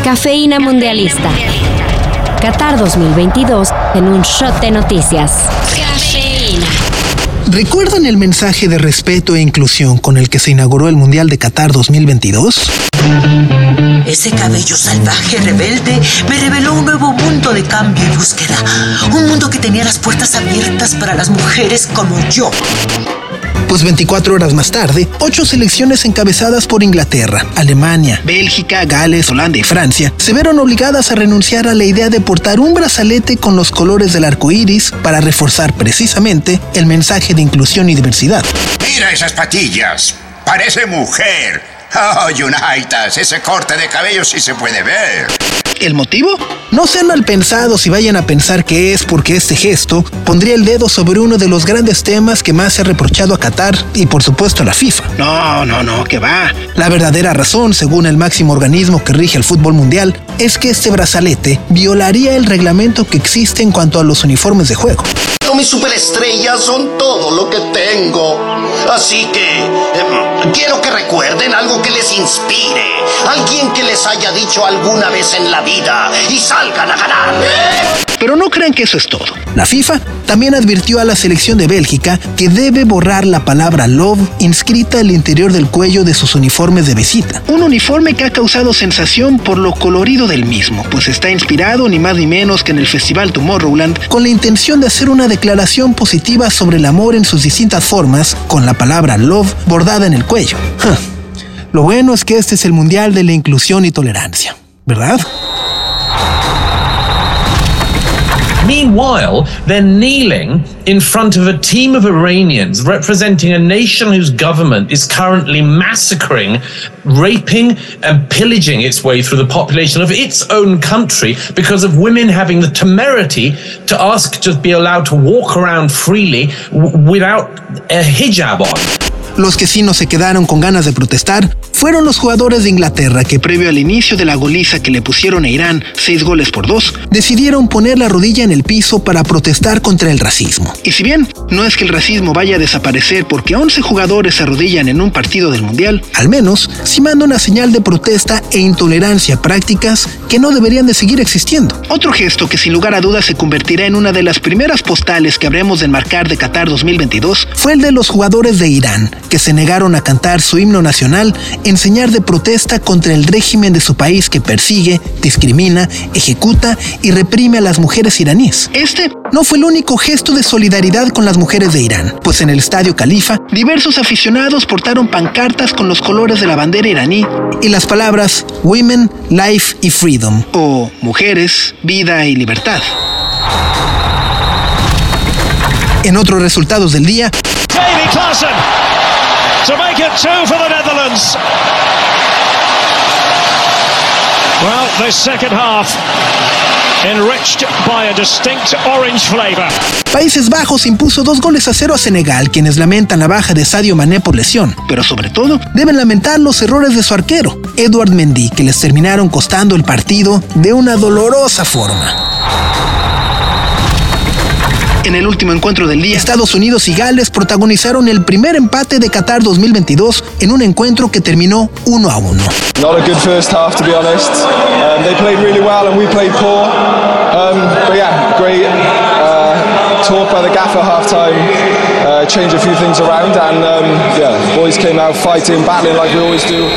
Cafeína Mundialista. Qatar 2022 en un shot de noticias. Cafeína. ¿Recuerdan el mensaje de respeto e inclusión con el que se inauguró el Mundial de Qatar 2022? Ese cabello salvaje, rebelde, me reveló un nuevo mundo de cambio y búsqueda. Un mundo que tenía las puertas abiertas para las mujeres como yo. Pues 24 horas más tarde, 8 selecciones encabezadas por Inglaterra, Alemania, Bélgica, Gales, Holanda y Francia se vieron obligadas a renunciar a la idea de portar un brazalete con los colores del arco iris para reforzar precisamente el mensaje de inclusión y diversidad. ¡Mira esas patillas! ¡Parece mujer! ¡Oh, Unitas! Ese corte de cabello sí se puede ver. ¿El motivo? No sean mal pensados y vayan a pensar que es porque este gesto pondría el dedo sobre uno de los grandes temas que más se ha reprochado a Qatar y por supuesto a la FIFA. No, que va. La verdadera razón, según el máximo organismo que rige el fútbol mundial, es que este brazalete violaría el reglamento que existe en cuanto a los uniformes de juego. Mis superestrellas son todo lo que tengo. Así que quiero que recuerden algo que les inspire. Alguien que les haya dicho alguna vez en la vida y salgan a ganar. Pero no crean que eso es todo. La FIFA también advirtió a la selección de Bélgica que debe borrar la palabra love inscrita al interior del cuello de sus uniformes de visita. Un uniforme que ha causado sensación por lo colorido del mismo, pues está inspirado ni más ni menos que en el Festival Tomorrowland con la intención de hacer una declaración positiva sobre el amor en sus distintas formas con la palabra love bordada en el cuello. Lo bueno es que este es el Mundial de la Inclusión y Tolerancia, ¿verdad? Meanwhile, they're kneeling in front of a team of Iranians representing a nation whose government is currently massacring, raping and pillaging its way through the population of its own country because of women having the temerity to ask to be allowed to walk around freely without a hijab on. Los que sí no se quedaron con ganas de protestar fueron los jugadores de Inglaterra que previo al inicio de la goliza que le pusieron a Irán 6-2, decidieron poner la rodilla en el piso para protestar contra el racismo. Y si bien no es que el racismo vaya a desaparecer porque 11 jugadores se arrodillan en un partido del Mundial, al menos sí manda una señal de protesta e intolerancia a prácticas que no deberían de seguir existiendo. Otro gesto que sin lugar a dudas se convertirá en una de las primeras postales que habremos de enmarcar de Qatar 2022 fue el de los jugadores de Irán, que se negaron a cantar su himno nacional en señal de protesta contra el régimen de su país que persigue, discrimina, ejecuta y reprime a las mujeres iraníes. Este no fue el único gesto de solidaridad con las mujeres de Irán, pues en el Estadio Khalifa, diversos aficionados portaron pancartas con los colores de la bandera iraní y las palabras Women, Life y Freedom, o Mujeres, Vida y Libertad. En otros resultados del día, Davy Klaassen to make it 2 for the Netherlands. Well, this second half enriched by a distinct orange flavor. Países Bajos impuso 2-0 a Senegal, quienes lamentan la baja de Sadio Mané por lesión, pero sobre todo deben lamentar los errores de su arquero, Edouard Mendy, que les terminaron costando el partido de una dolorosa forma. En el último encuentro del día, Estados Unidos y Gales protagonizaron el primer empate de Qatar 2022 en un encuentro que terminó 1-1. Not a good first half, to be honest. They played really well and we played poor. But yeah, great talk by the gaffer half-time. Change a few things around and yeah, boys came out fighting, battling like we always do.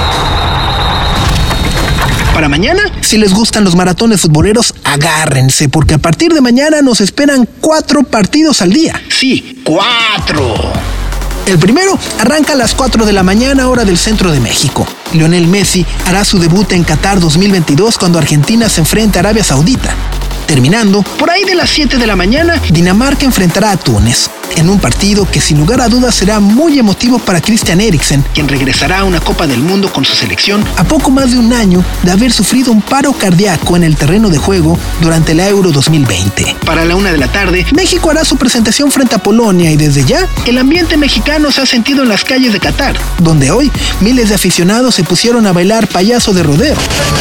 Para mañana, si les gustan los maratones futboleros, agárrense, porque a partir de mañana nos esperan 4 partidos al día. Sí, 4. El primero arranca a las 4 de la mañana, hora del centro de México. Lionel Messi hará su debut en Qatar 2022 cuando Argentina se enfrente a Arabia Saudita. Terminando, por ahí de las 7 de la mañana, Dinamarca enfrentará a Túnez, en un partido que sin lugar a dudas será muy emotivo para Christian Eriksen, quien regresará a una Copa del Mundo con su selección a poco más de un año de haber sufrido un paro cardíaco en el terreno de juego durante la Euro 2020. Para la 1 de la tarde, México hará su presentación frente a Polonia y desde ya, el ambiente mexicano se ha sentido en las calles de Qatar, donde hoy miles de aficionados se pusieron a bailar payaso de rodeo.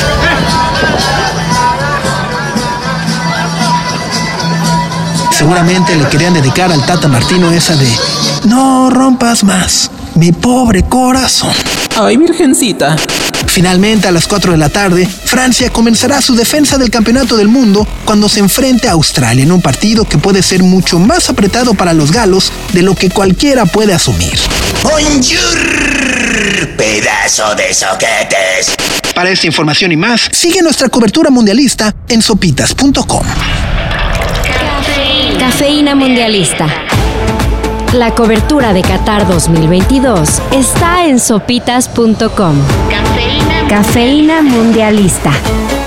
Seguramente le querían dedicar al Tata Martino esa de "No rompas más, mi pobre corazón". Ay, virgencita. Finalmente, a las 4 de la tarde, Francia comenzará su defensa del campeonato del mundo cuando se enfrente a Australia en un partido que puede ser mucho más apretado para los galos de lo que cualquiera puede asumir. ¡Bonjour, pedazo de soquetes! Para esta información y más, sigue nuestra cobertura mundialista en sopitas.com. Cafeína Mundialista. La cobertura de Qatar 2022 está en sopitas.com. Cafeína Mundialista.